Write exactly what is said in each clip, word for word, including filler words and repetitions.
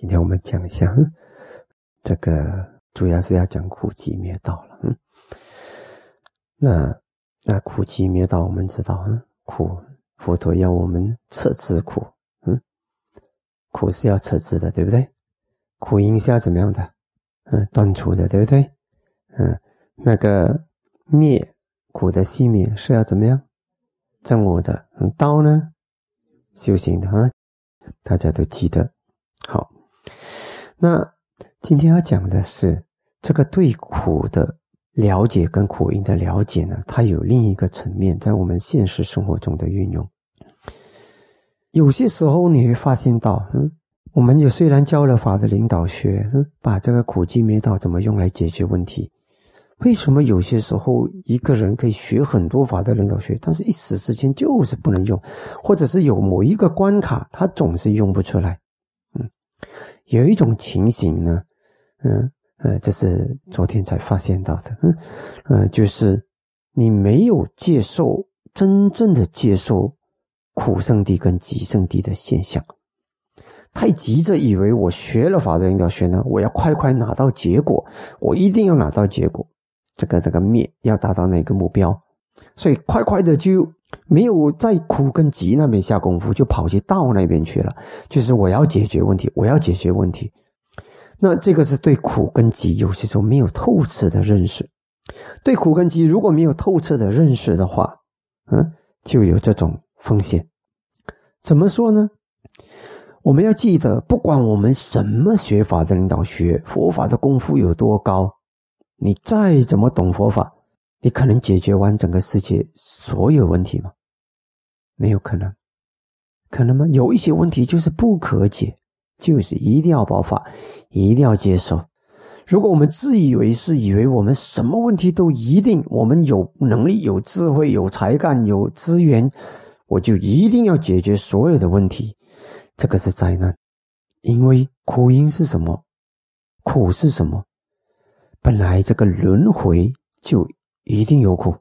今天我们讲一下，嗯、这个主要是要讲苦集灭道了。嗯，那那苦集灭道，我们知道，嗯，苦佛陀要我们测知苦，嗯，苦是要测知的，对不对？苦因是要怎么样的？嗯，断除的，对不对？嗯，那个灭苦的熄灭是要怎么样？证悟的。嗯，道呢？修行的啊，大家都记得。好，那今天要讲的是这个对苦的了解跟苦因的了解呢，它有另一个层面在我们现实生活中的运用。有些时候你会发现到，嗯，我们也虽然教了法的领导学，嗯，把这个苦集灭道怎么用来解决问题，为什么有些时候一个人可以学很多法的领导学，但是一时之间就是不能用，或者是有某一个关卡他总是用不出来。嗯，有一种情形呢，嗯呃，这是昨天才发现到的，嗯呃，就是你没有接受真正的接受苦圣谛跟集圣谛的现象，太急着以为我学了法的领导学呢，我要快快拿到结果，我一定要拿到结果，这个这个灭要达到那个目标，所以快快的就没有在苦跟集那边下功夫，就跑去道那边去了，就是我要解决问题，我要解决问题。那这个是对苦跟集有些时候没有透彻的认识。对苦跟集如果没有透彻的认识的话，嗯，就有这种风险。怎么说呢？我们要记得，不管我们什么学法的领导学，佛法的功夫有多高，你再怎么懂佛法，你可能解决完整个世界所有问题吗？没有可能。可能吗？有一些问题就是不可解，就是一定要报法，一定要接受。如果我们自以为是，以为我们什么问题都一定，我们有能力、有智慧、有才干、有资源，我就一定要解决所有的问题，这个是灾难。因为苦因是什么？苦是什么？本来这个轮回就一定有苦，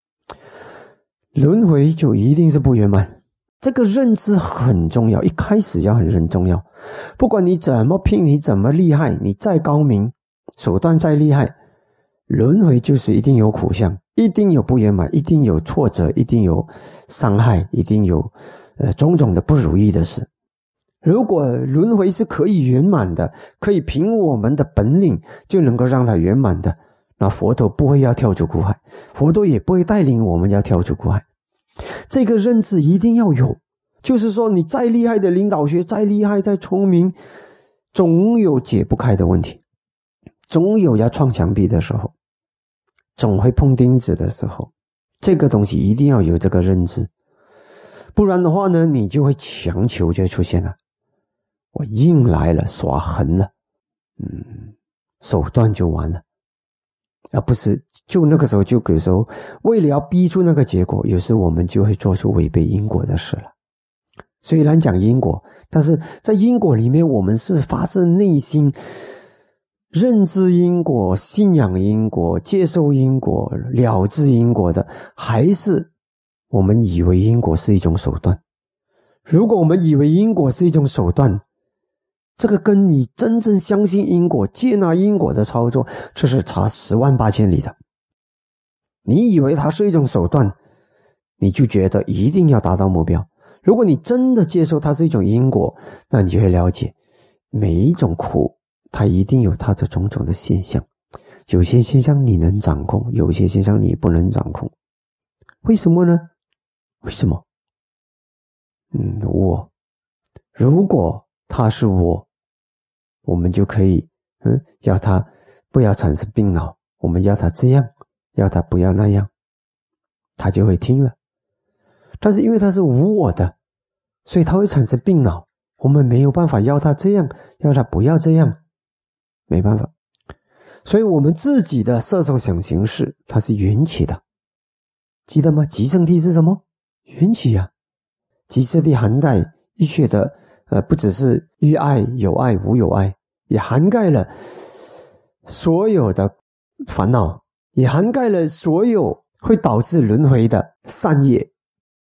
轮回就一定是不圆满。这个认知很重要，一开始要很重要。不管你怎么拼，你怎么厉害，你再高明，手段再厉害，轮回就是一定有苦相，一定有不圆满，一定有挫折，一定有伤害，一定有呃种种的不如意的事。如果轮回是可以圆满的，可以凭我们的本领就能够让它圆满的，那佛陀不会要跳出苦海，佛陀也不会带领我们要跳出苦海。这个认知一定要有，就是说你再厉害的领导学，再厉害再聪明，总有解不开的问题，总有要撞墙壁的时候，总会碰钉子的时候，这个东西一定要有这个认知，不然的话呢，你就会强求就会出现了，我硬来了，耍横了，嗯，手段就完了，而不是就那个时候就有时候为了要逼出那个结果，有时候我们就会做出违背因果的事了。虽然讲因果，但是在因果里面，我们是发自内心认知因果、信仰因果、接受因果、了知因果的，还是我们以为因果是一种手段？如果我们以为因果是一种手段，这个跟你真正相信因果、接纳因果的操作，这是差十万八千里的。你以为它是一种手段，你就觉得一定要达到目标。如果你真的接受它是一种因果，那你就会了解，每一种苦它一定有它的种种的现象，有些现象你能掌控，有些现象你不能掌控。为什么呢？为什么？嗯，我如果它是我，我们就可以嗯，要它不要产生病恼，我们要它这样，要它不要那样，它就会听了。但是因为它是无我的，所以它会产生病恼，我们没有办法要它这样，要它不要这样，没办法。所以我们自己的色受想行识它是缘起的，记得吗？集圣谛是什么？缘起啊。集圣谛涵盖一切的呃，不只是欲爱、有爱、无有爱，也涵盖了所有的烦恼，也涵盖了所有会导致轮回的善业。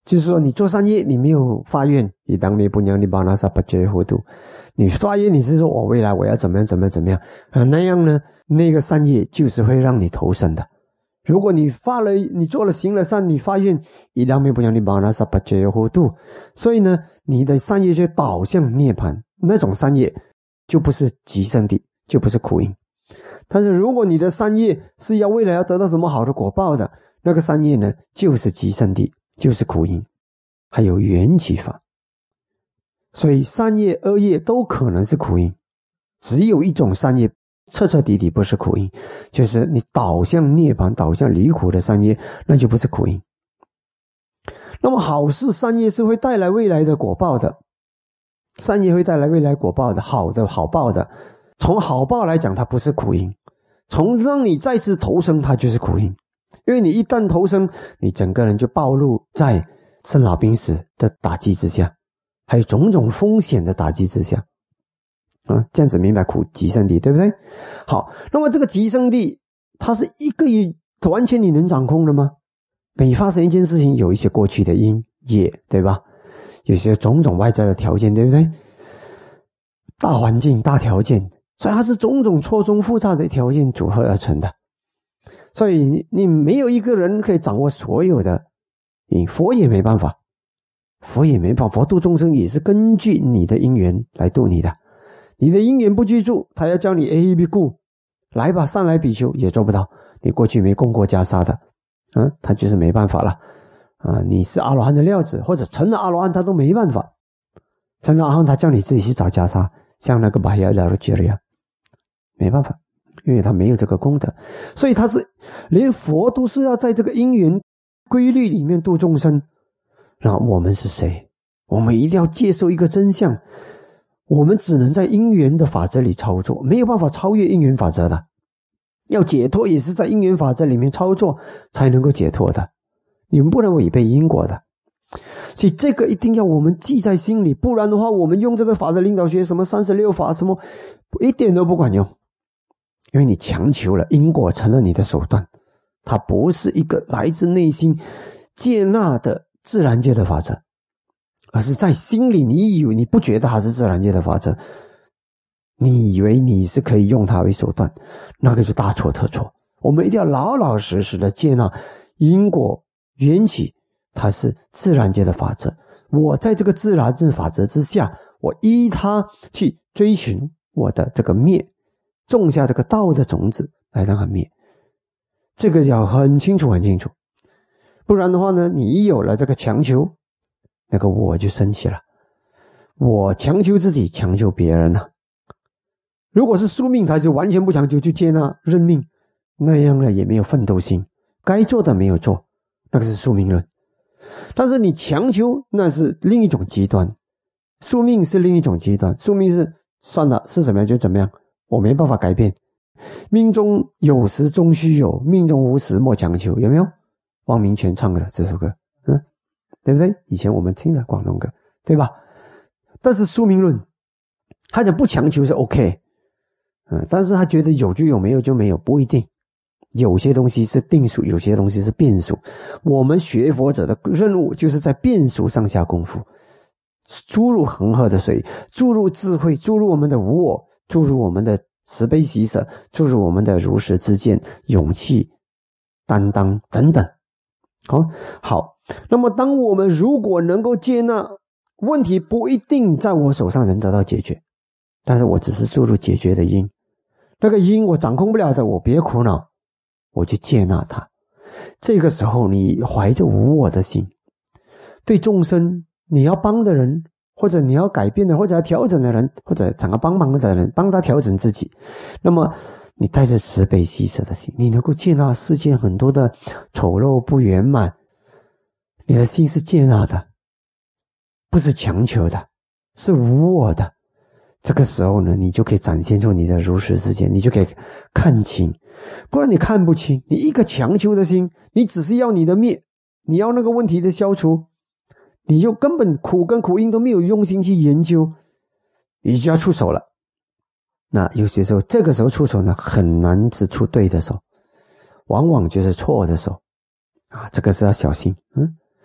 就是说你做善业你没有发愿，你当没不娘你把那萨不觉糊涂，你发愿你是说我未来我要怎么样怎么样怎么样啊，那样呢那个善业就是会让你投生的。如果你发了你做了行了善，你发愿一当没不娘你把那萨不觉糊涂，所以呢你的善业就导向涅槃，那种善业就不是极胜地，就不是苦因。但是如果你的善业是要未来要得到什么好的果报的，那个善业呢就是极胜地，就是苦因，还有缘起法。所以善业恶业都可能是苦因，只有一种善业彻彻底底不是苦因，就是你导向涅槃导向离苦的善业，那就不是苦因。那么好事善业是会带来未来的果报的，善业会带来未来果报的，好的好报的，从好报来讲它不是苦因，从让你再次投生它就是苦因。因为你一旦投生，你整个人就暴露在生老病死的打击之下，还有种种风险的打击之下啊，这样子明白苦极胜地对不对？好，那么这个极胜地它是一个完全你能掌控的吗？每发生一件事情有一些过去的因业，对吧？有些种种外在的条件，对不对？大环境大条件，所以它是种种错综复杂的条件组合而成的。所以你没有一个人可以掌握所有的因，佛也没办法，佛也没办法，佛度众生也是根据你的因缘来度你的。你的因缘不具足，他要教你 A B 故，来吧上来比丘也做不到，你过去没供过袈裟的啊，他就是没办法了啊！你是阿罗汉的料子，或者成了阿罗汉他都没办法，成了阿罗汉他叫你自己去找袈裟，像那个巴耶拉鲁杰利亚没办法，因为他没有这个功德，所以他是连佛都是要在这个因缘规律里面度众生。那我们是谁？我们一定要接受一个真相，我们只能在因缘的法则里操作，没有办法超越因缘法则的。要解脱也是在因缘法则里面操作才能够解脱的，你们不能违背因果的。所以这个一定要我们记在心里，不然的话我们用这个法则领导学什么三十六法什么一点都不管用，因为你强求了，因果成了你的手段，它不是一个来自内心接纳的自然界的法则，而是在心里你以为你不觉得它是自然界的法则，你以为你是可以用它为手段，那个就大错特错。我们一定要老老实实的接纳因果缘起，它是自然界的法则，我在这个自然界法则之下，我依它去追寻我的这个灭，种下这个道的种子来让它灭，这个要很清楚很清楚。不然的话呢，你一有了这个强求，那个我就生气了，我强求自己强求别人了。如果是宿命，他就完全不强求，就接纳认命，那样呢也没有奋斗心，该做的没有做，那个是宿命论。但是你强求，那是另一种极端，宿命是另一种极端。宿命是算了，是怎么样就怎么样，我没办法改变，命中有时终须有，命中无时莫强求，有没有？汪明荃唱的这首歌，嗯，对不对？以前我们听的广东歌，对吧？但是宿命论他讲不强求是 OK， 嗯，但是他觉得有就有，没有就没有，不一定。有些东西是定数，有些东西是变数。我们学佛者的任务就是在变数上下功夫，注入恒河的水，注入智慧，注入我们的无我，注入我们的慈悲喜舍，注入我们的如实之见、勇气、担当等等。好，好。那么当我们如果能够接纳问题不一定在我手上能得到解决，但是我只是注入解决的因，那个因我掌控不了的，我别苦恼，我就接纳它。这个时候你怀着无我的心，对众生你要帮的人，或者你要改变的，或者要调整的人，或者想要帮忙的人，帮他调整自己，那么你带着慈悲喜舍的心，你能够接纳世间很多的丑陋不圆满，你的心是接纳的，不是强求的，是无我的。这个时候呢，你就可以展现出你的如实之见，你就可以看清。不然你看不清，你一个强求的心，你只是要你的灭，你要那个问题的消除，你就根本苦跟苦因都没有用心去研究，你就要出手了。那有些时候这个时候出手呢，很难是出对的手，往往就是错的手啊，这个是要小心。嗯，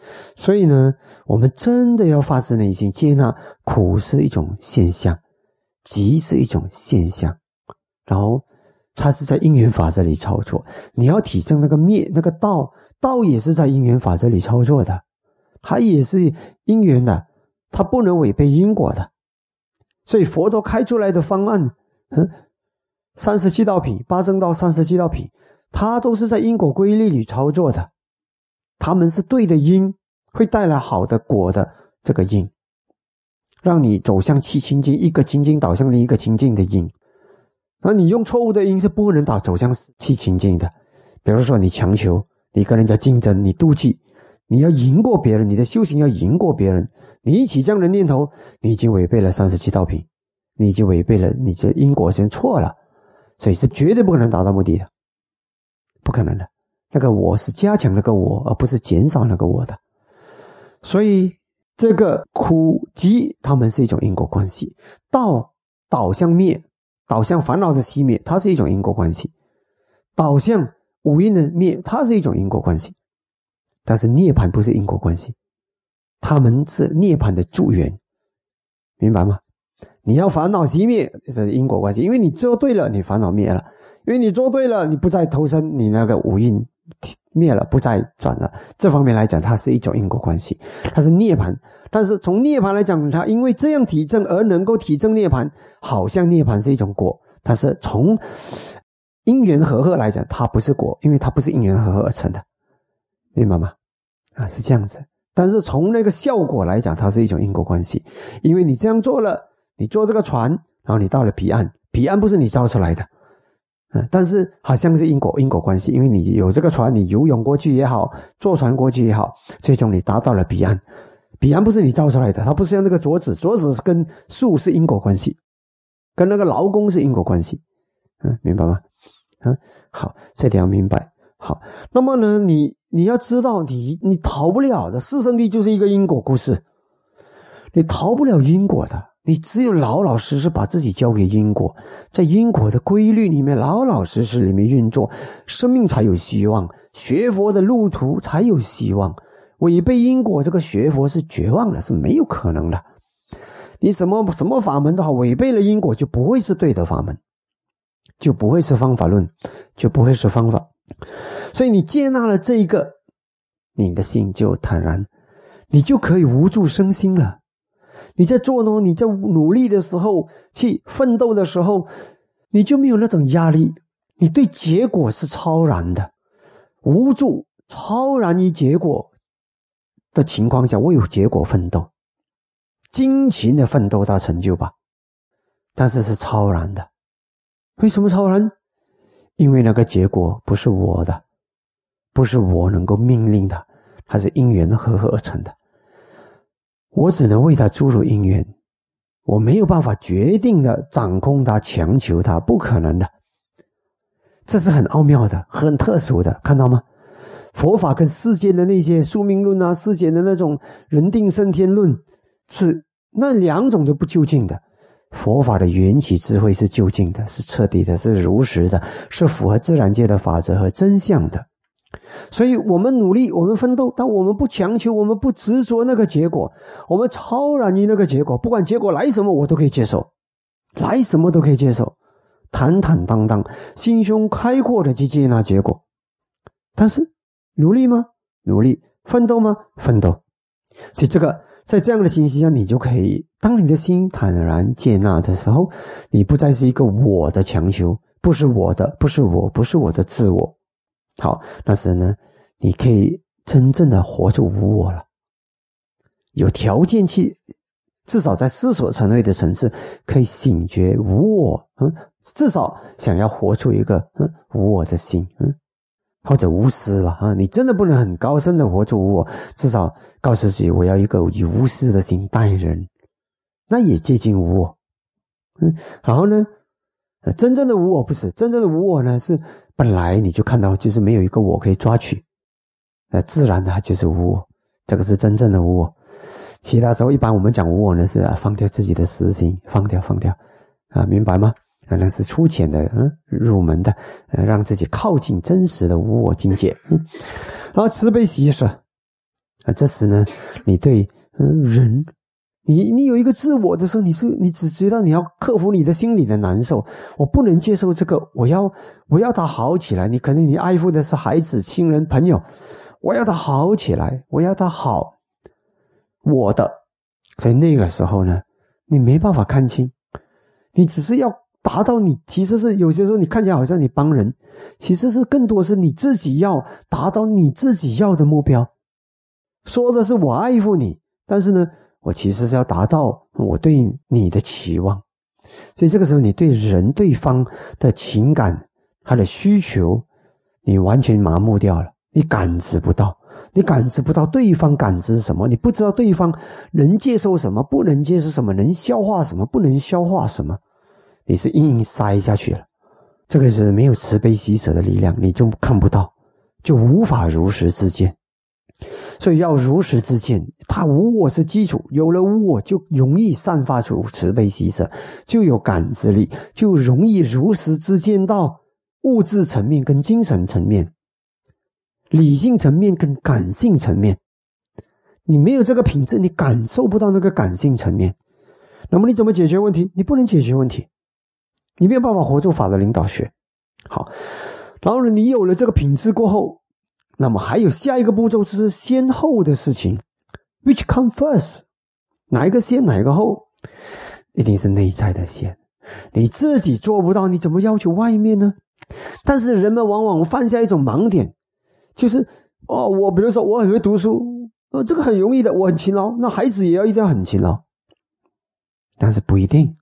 所以呢，我们真的要发自内心接纳苦是一种现象，集是一种现象，然后它是在因缘法则里操作。你要体证那个灭，那个道，道也是在因缘法则里操作的，它也是因缘的，它不能违背因果的。所以佛陀开出来的方案，嗯，三十七道品，八正道三十七道品，它都是在因果规律里操作的，他们是对的因，会带来好的果的这个因，让你走向七清净，一个清净导向另一个清净的因。那你用错误的因是不能导走向七清净的。比如说你强求，你跟人家竞争，你妒忌，你要赢过别人，你的修行要赢过别人，你一起这样的念头，你已经违背了三十七道品，你已经违背了你这因果先错了，所以是绝对不可能达到目的的，不可能的。那个我是加强那个我，而不是减少那个我的。所以这个苦集它们是一种因果关系，道导向灭，导向烦恼的熄灭，它是一种因果关系，导向五阴的灭，它是一种因果关系。但是涅槃不是因果关系，他们是涅槃的助缘，明白吗？你要烦恼熄灭是因果关系，因为你做对了，你烦恼灭了；因为你做对了，你不再投生，你那个五阴灭了，不再转了。这方面来讲，它是一种因果关系，它是涅槃。但是从涅槃来讲，它因为这样体证而能够体证涅槃，好像涅槃是一种果，但是从因缘和合来讲，它不是果，因为它不是因缘和合而成的，明白吗？啊，是这样子。但是从那个效果来讲，它是一种因果关系，因为你这样做了，你坐这个船，然后你到了彼岸，彼岸不是你造出来的，嗯，但是好像是因果因果关系，因为你有这个船，你游泳过去也好，坐船过去也好，最终你达到了彼岸。彼岸不是你造出来的，它不是像那个镯子，镯子跟树是因果关系，跟那个劳工是因果关系，嗯，明白吗？嗯，好，这点要明白。好，那么呢，你你要知道你，你你逃不了的，四圣谛就是一个因果故事，你逃不了因果的，你只有老老实实把自己交给因果，在因果的规律里面老老实实里面运作，生命才有希望，学佛的路途才有希望。违背因果，这个学佛是绝望的，是没有可能的。你什么什么法门都好，违背了因果就不会是对的法门，就不会是方法论，就不会是方法。所以你接纳了这一个，你的心就坦然，你就可以无住生心了。你在做呢，你在努力的时候，去奋斗的时候，你就没有那种压力，你对结果是超然的，无住超然于结果的情况下，为有结果奋斗，精勤的奋斗到成就吧，但是是超然的。为什么超然？因为那个结果不是我的，不是我能够命令的，它是因缘和合而成的，我只能为它注入因缘，我没有办法决定的掌控它，强求它，不可能的。这是很奥妙的，很特殊的，看到吗？佛法跟世间的那些宿命论啊，世间的那种人定胜天论，是那两种都不究竟的。佛法的缘起智慧是究竟的，是彻底的，是如实的，是符合自然界的法则和真相的。所以我们努力，我们奋斗，但我们不强求，我们不执着那个结果，我们超然于那个结果，不管结果来什么我都可以接受，来什么都可以接受，坦坦荡荡，心胸开阔的去接纳结果。但是努力吗？努力。奋斗吗？奋斗。所以这个在这样的情形下，你就可以，当你的心坦然接纳的时候，你不再是一个我的强求，不是我的，不是我，不是我的自我。好，那时呢，你可以真正的活出无我了，有条件去，至少在思所成为的层次，可以醒觉无我，嗯，至少想要活出一个嗯无我的心，嗯，或者无私了啊！你真的不能很高深的活出无我，至少告诉自己，我要一个以无私的心待人，那也接近无我。嗯，然后呢，真正的无我不是真正的无我呢，是本来你就看到就是没有一个我可以抓取，呃，自然的它就是无我，这个是真正的无我。其他时候一般我们讲无我呢，是、啊、放掉自己的私心，放掉放掉啊，明白吗？可能是粗浅的，嗯，入门的，呃，让自己靠近真实的无我境界。嗯，然后慈悲喜舍， 啊，这时呢，你对嗯人，你你有一个自我的时候，你是你只知道你要克服你的心里的难受，我不能接受这个，我要我要他好起来。你可能你爱护的是孩子、亲人、朋友，我要他好起来，我要他好，我的。所以那个时候呢，你没办法看清，你只是要达到你，其实是有些时候你看起来好像你帮人，其实是更多是你自己要达到你自己要的目标。说的是我爱护你，但是呢，我其实是要达到我对你的期望。所以这个时候你对人对方的情感他的需求你完全麻木掉了，你感知不到，你感知不到对方感知什么，你不知道对方能接受什么，不能接受什么，能消化什么，不能消化什么，你是硬塞下去了。这个是没有慈悲喜舍的力量，你就看不到，就无法如实自见。所以要如实自见，它无我是基础，有了无我就容易散发出慈悲喜舍，就有感知力，就容易如实自见到物质层面跟精神层面，理性层面跟感性层面。你没有这个品质，你感受不到那个感性层面。那么你怎么解决问题？你不能解决问题，你没有办法活出法的领导学。好，然后呢，你有了这个品质过后，那么还有下一个步骤，就是先后的事情 which come first， 哪一个先哪一个后，一定是内在的先。你自己做不到，你怎么要求外面呢？但是人们往往犯下一种盲点，就是哦，我比如说我很会读书，哦，这个很容易的，我很勤劳，那孩子也要一定要很勤劳，但是不一定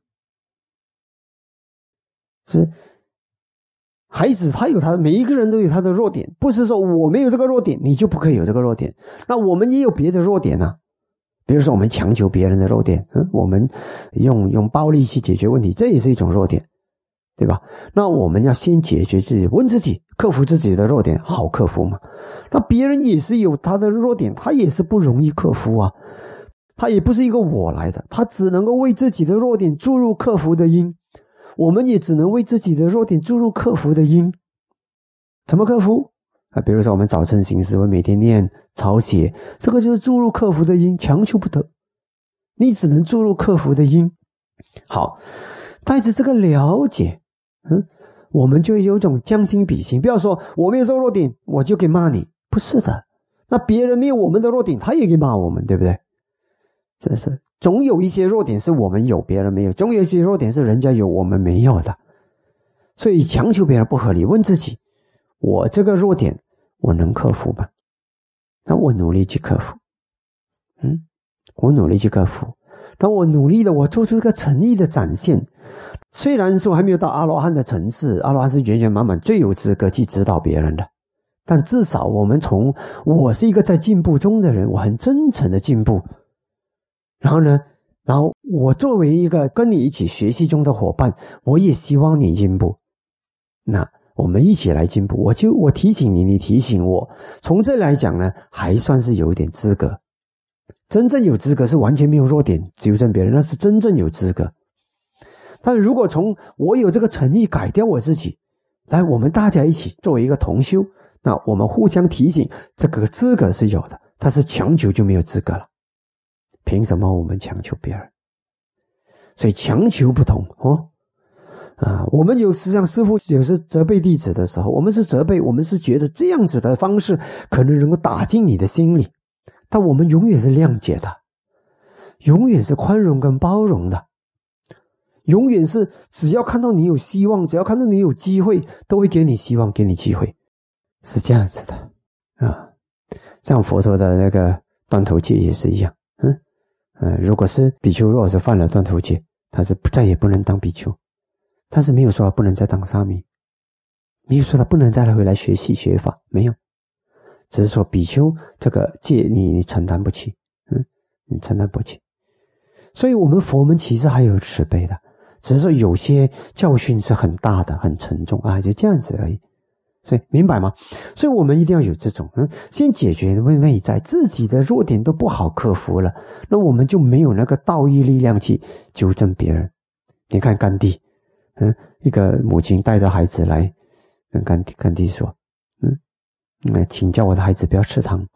是孩子他有他的，每一个人都有他的弱点，不是说我没有这个弱点你就不可以有这个弱点。那我们也有别的弱点啊，比如说我们强求别人的弱点，嗯，我们用用暴力去解决问题，这也是一种弱点，对吧？那我们要先解决自己，问自己，克服自己的弱点，好克服吗？那别人也是有他的弱点，他也是不容易克服啊，他也不是一个我来的，他只能够为自己的弱点注入克服的因，我们也只能为自己的弱点注入克服的因。怎么克服啊？比如说我们早晨行思，我每天念抄写，这个就是注入克服的因，强求不得，你只能注入克服的因。好，带着这个了解，嗯，我们就有种将心比心，不要说我没有这个弱点我就可以骂你，不是的，那别人没有我们的弱点他也可以骂我们，对不对？真是总有一些弱点是我们有别人没有，总有一些弱点是人家有我们没有的，所以强求别人不合理。问自己，我这个弱点我能克服吗？那我努力去克服，嗯，我努力去克服，那我努力的，我做出一个诚意的展现。虽然说还没有到阿罗汉的层次，阿罗汉是圆圆满满最有资格去指导别人的，但至少我们从我是一个在进步中的人，我很真诚的进步，然后呢，然后我作为一个跟你一起学习中的伙伴，我也希望你进步，那我们一起来进步，我就我提醒你，你提醒我，从这来讲呢，还算是有点资格。真正有资格是完全没有弱点纠正别人，那是真正有资格。但如果从我有这个诚意改掉我自己，来我们大家一起作为一个同修，那我们互相提醒，这个资格是有的，但是强求就没有资格了。凭什么我们强求别人？所以强求不同哦。啊，我们有时像师父有时责备弟子的时候，我们是责备，我们是觉得这样子的方式可能能够打进你的心里，但我们永远是谅解的，永远是宽容跟包容的，永远是只要看到你有希望，只要看到你有机会，都会给你希望，给你机会，是这样子的啊。像佛陀的那个断头戒也是一样，嗯，呃，如果是比丘，如果是犯了断头戒，他是再也不能当比丘，但是没有说他不能再当沙弥，没有说他不能再回来学习学法，没有，只是说比丘这个戒你你承担不起，嗯，你承担不起。所以我们佛门其实还有慈悲的，只是说有些教训是很大的很沉重啊，就这样子而已。所以明白吗？所以我们一定要有这种嗯，先解决内在自己的弱点都不好克服了，那我们就没有那个道义力量去纠正别人。你看甘地，嗯，一个母亲带着孩子来跟甘地甘地说，嗯，请叫我的孩子不要吃糖，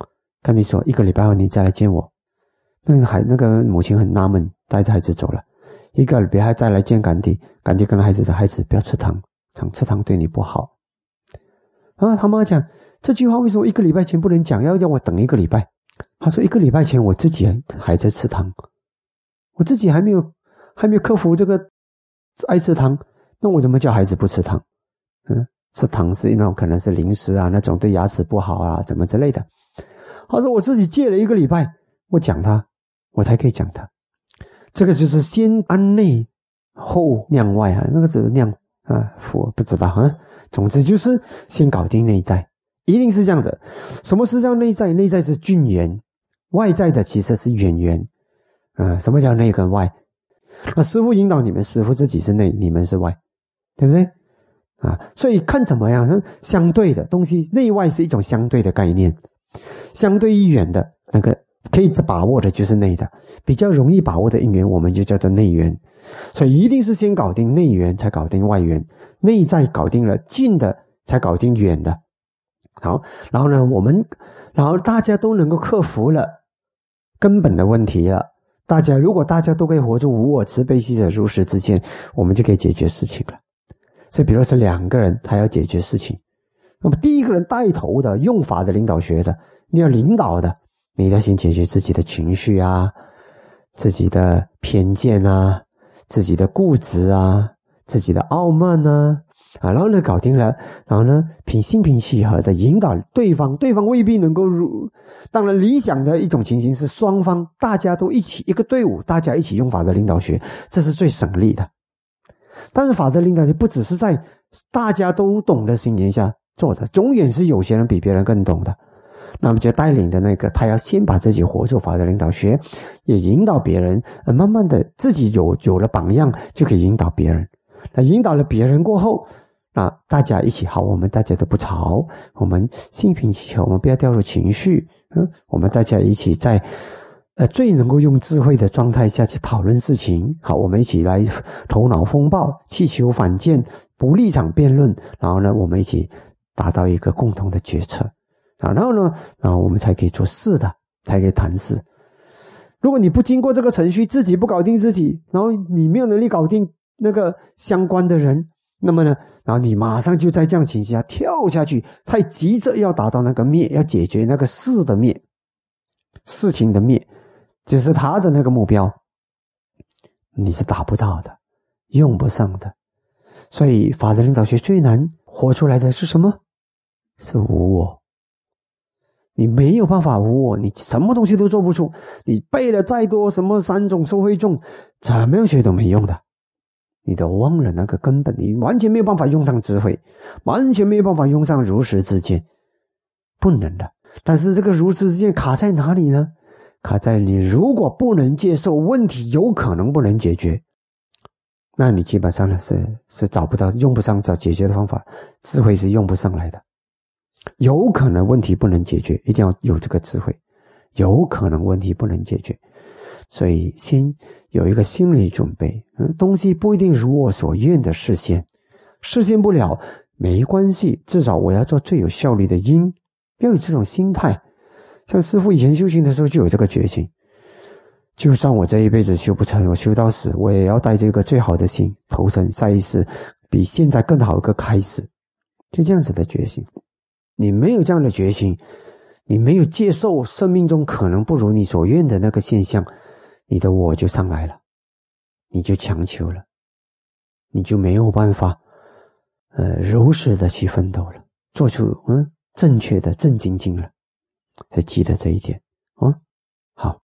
跟你说一个礼拜后你再来见我。那个孩那个母亲很纳闷，带着孩子走了。一个礼拜再来见甘地，甘地跟孩子说：“孩子不要吃糖，糖吃糖对你不好。”然后他妈讲这句话为什么一个礼拜前不能讲，要叫我等一个礼拜？他说一个礼拜前我自己还在吃糖，我自己还没有还没有克服这个爱吃糖，那我怎么叫孩子不吃糖？嗯，吃糖是那种可能是零食啊，那种对牙齿不好啊，怎么之类的。他说我自己戒了一个礼拜，我讲他，我才可以讲他。这个就是先安内后酿外啊，那个只是酿啊，我不知道啊。总之就是先搞定内在，一定是这样的。什么是叫内在？内在是菌源，外在的其实是远源。啊，什么叫内跟外？那师父引导你们，师父自己是内，你们是外，对不对？啊，所以看怎么样，相对的东西，内外是一种相对的概念，相对一远的那个可以把握的就是内的，比较容易把握的因缘我们就叫做内缘。所以一定是先搞定内缘才搞定外缘，内在搞定了近的才搞定远的。好，然后呢我们然后大家都能够克服了根本的问题了，大家如果大家都可以活出无我慈悲喜舍如实之见，我们就可以解决事情了。所以比如说两个人他要解决事情，那么第一个人带头的用法的领导学的，你要领导的，你要先解决自己的情绪啊，自己的偏见啊，自己的固执啊，自己的傲慢啊，啊，然后呢搞定了，然后呢平心平气和的引导对方，对方未必能够入。当然理想的一种情形是双方大家都一起一个队伍，大家一起用法的领导学，这是最省力的。但是法的领导学不只是在大家都懂的情形下做的，永远是有些人比别人更懂的。那么就带领的那个他要先把自己活出法的领导学，也引导别人，呃，慢慢的自己有有了榜样就可以引导别人。那引导了别人过后，那大家一起好，我们大家都不吵，我们心平气和，我们不要掉入情绪，嗯，我们大家一起在呃最能够用智慧的状态下去讨论事情。好，我们一起来头脑风暴，气球反见，不立场辩论，然后呢我们一起达到一个共同的决策。然后呢，然后我们才可以做事的，才可以谈事。如果你不经过这个程序，自己不搞定自己，然后你没有能力搞定那个相关的人，那么呢，然后你马上就在这样情形下跳下去，太急着要达到那个灭，要解决那个事的灭，事情的灭，就是他的那个目标，你是达不到的，用不上的。所以法的领导学最难活出来的是什么？是无我。你没有办法无我，你什么东西都做不出，你背了再多什么三种受会众，怎么样学都没用的，你都忘了那个根本，你完全没有办法用上智慧，完全没有办法用上如实之见，不能的。但是这个如实之见卡在哪里呢？卡在你如果不能接受问题有可能不能解决，那你基本上呢是是找不到用不上找解决的方法，智慧是用不上来的。有可能问题不能解决，一定要有这个智慧，有可能问题不能解决，所以先有一个心理准备，嗯，东西不一定如我所愿的实现，实现不了没关系，至少我要做最有效率的因，要有这种心态。像师父以前修行的时候就有这个决心，就算我这一辈子修不成，我修到死，我也要带这个最好的心投身下一世比现在更好一个开始，就这样子的决心。你没有这样的决心，你没有接受生命中可能不如你所愿的那个现象，你的我就上来了，你就强求了，你就没有办法呃如实的去奋斗了，做出嗯正确的正精进了。才记得这一点啊、哦。好。